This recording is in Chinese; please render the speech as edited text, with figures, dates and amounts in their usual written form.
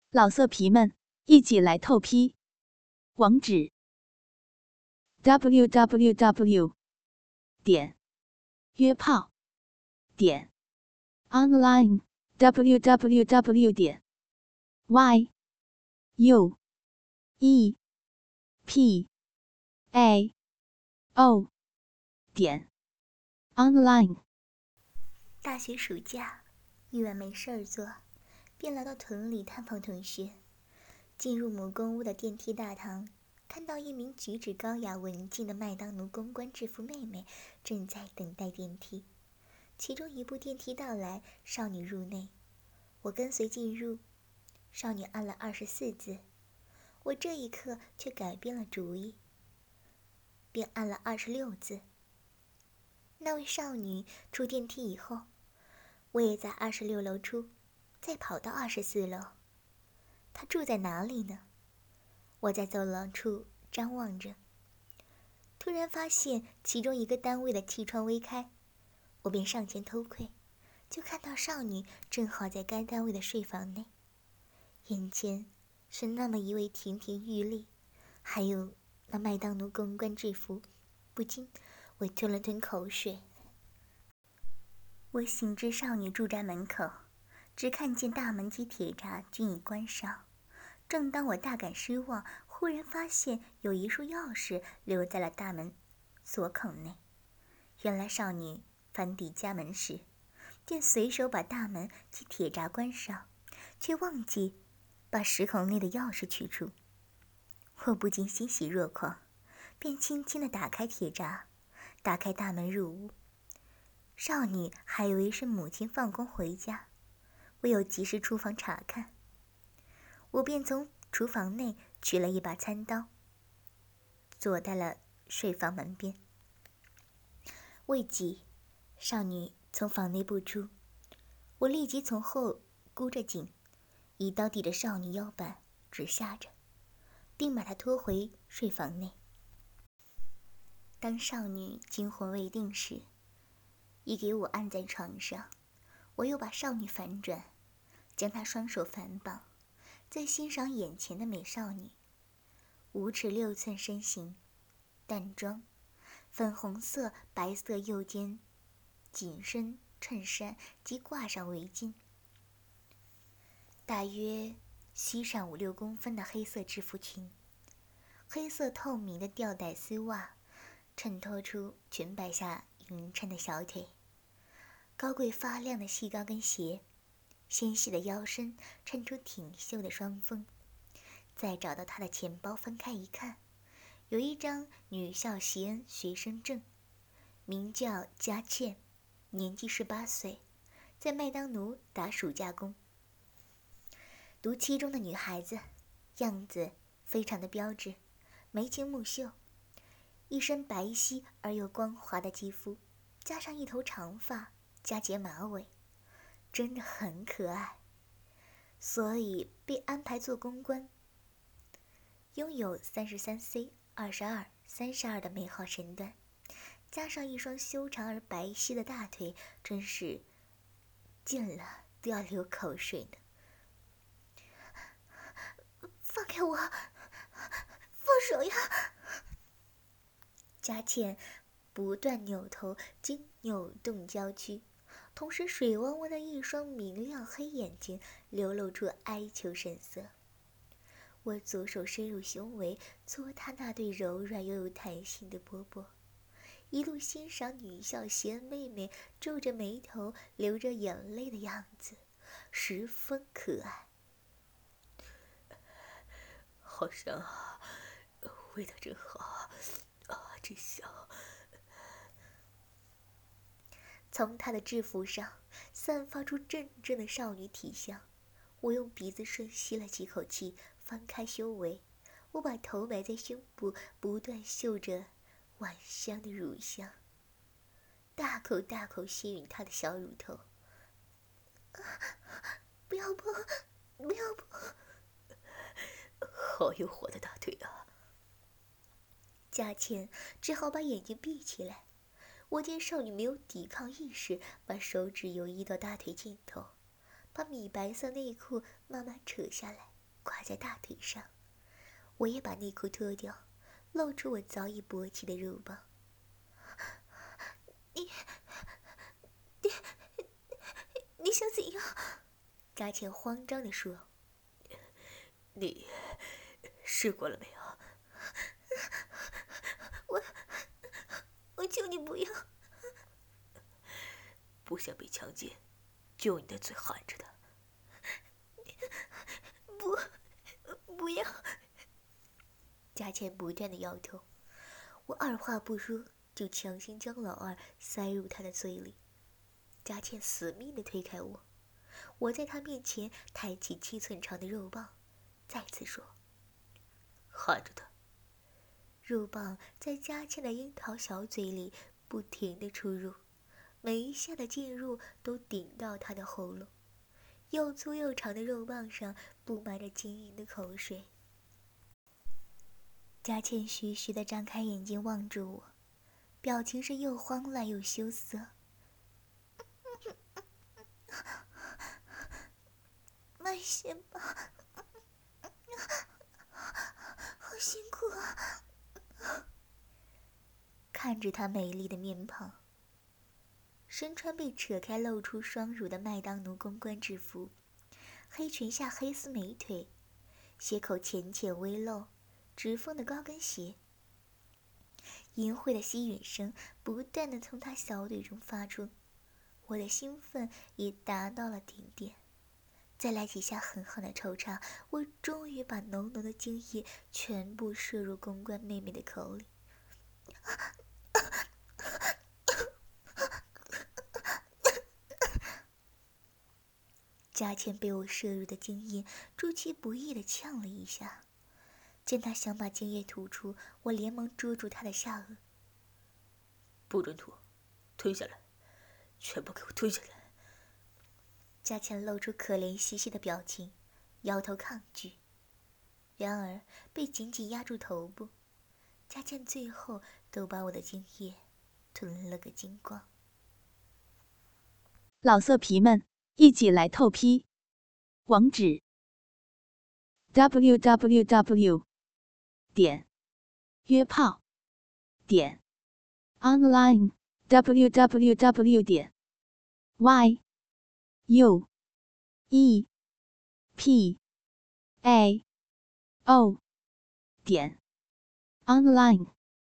老色皮们，一起来透批！网址 www.约炮online www.yuepao online。 大学暑假，一晚没事儿做，便来到屯里探访同学。进入母公屋的电梯大堂，看到一名举止高雅文静的麦当奴公关制服妹妹正在等待电梯。其中一部电梯到来，少女入内，我跟随进入。少女按了24字，我这一刻却改变了主意，便按了26字。那位少女出电梯以后，我也在26楼出，再跑到24楼。她住在哪里呢？我在走廊处张望着，突然发现其中一个单位的气窗微开，我便上前偷窥，就看到少女正好在该单位的睡房内，眼前是那么一位亭亭玉立，还有那麦当奴公关制服，不禁我吞了吞口水。我行至少女住宅门口，只看见大门及铁闸均已关上。正当我大感失望，忽然发现有一束钥匙留在了大门锁孔内。原来少女翻抵家门时，便随手把大门及铁闸关上，却忘记把石孔内的钥匙取出。我不禁欣喜若狂，便轻轻地打开铁闸，打开大门入屋。少女还以为是母亲放工回家，唯有及时出房查看。我便从厨房内取了一把餐刀，坐在了睡房门边。未几，少女从房内步出，我立即从后箍着颈，一刀抵着少女腰板，直下着，并把她拖回睡房内。当少女惊魂未定时，已给我按在床上，我又把少女反转，将她双手反绑，在欣赏眼前的美少女。5尺6寸身形，淡妆，粉红色、白色右肩紧身衬衫及挂上围巾，大约膝上5、6公分的黑色制服裙，黑色透明的吊带丝袜衬托出裙摆下匀称的小腿，高贵发亮的细高跟鞋，纤细的腰身衬出挺秀的双峰。再找到她的钱包，翻开一看，有一张女校习恩学生证，名叫佳倩，年纪18岁，在麦当奴打暑假工。读7中的女孩子，样子非常的标致，眉清目秀，一身白皙而又光滑的肌肤，加上一头长发加睫马尾，真的很可爱，所以被安排做公关。拥有33C、22、32的美好身段，加上一双修长而白皙的大腿，真是见了都要流口水呢。放开我，放手呀！佳倩不断扭头及扭动娇躯，同时水汪汪的一双明亮黑眼睛流露出哀求神色。我左手伸入胸围，搓她那对柔软又有弹性的波波，一路欣赏女校习恩妹妹皱着眉头流着眼泪的样子，十分可爱。 好香啊，味道真好啊，真香。 从她的制服上散发出阵阵的少女体香，我用鼻子深吸了几口气，翻开胸围，我把头埋在胸部，不断嗅着晚香的乳香，大口大口吸吮她的小乳头。不要碰，不要碰！ 好有火的大腿啊！ 佳倩只好把眼睛闭起来。我见少女没有抵抗意识，把手指游移到大腿尽头，把米白色内裤慢慢扯下来， 趴在大腿上，我也把内裤脱掉，露出我早已勃起的肉棒。你想怎样？佳倩慌张地说。 你试过了没有？ 我求你不要。 不想被强奸，就用你的嘴含着的。 不要。佳倩不断的摇头，我二话不说就强行将老二塞入她的嘴里。佳倩死命的推开我，我在她面前抬起7寸长的肉棒，再次说： 含着的。 肉棒在佳倩的樱桃小嘴里不停的出入，每一下的进入都顶到她的喉咙，又粗又长的肉棒上布满着晶莹的口水。佳倩徐徐地张开眼睛望着我，表情是又慌乱又羞涩。慢些吧，好辛苦啊！看着她美丽的面庞，身穿被扯开露出双乳的麦当奴公关制服，黑裙下黑丝美腿，鞋口浅浅微露，直缝的高跟鞋，淫秽的吸吮声不断地从她小腿中发出，我的兴奋也达到了顶点。再来几下狠狠的抽插，我终于把浓浓的精液全部射入公关妹妹的口里。佳倩被我射入的精液出其不意地呛了一下，见她想把精液吐出，我连忙捉住她的下颚。 不准吐，吞下来，全部给我吞下来。 佳倩露出可怜兮兮的表情，摇头抗拒。然而被紧紧压住头部，佳倩最后都把我的精液吞了个精光。 老色皮们，一起来透批！网址 ：www.约炮.online www.yuepao.online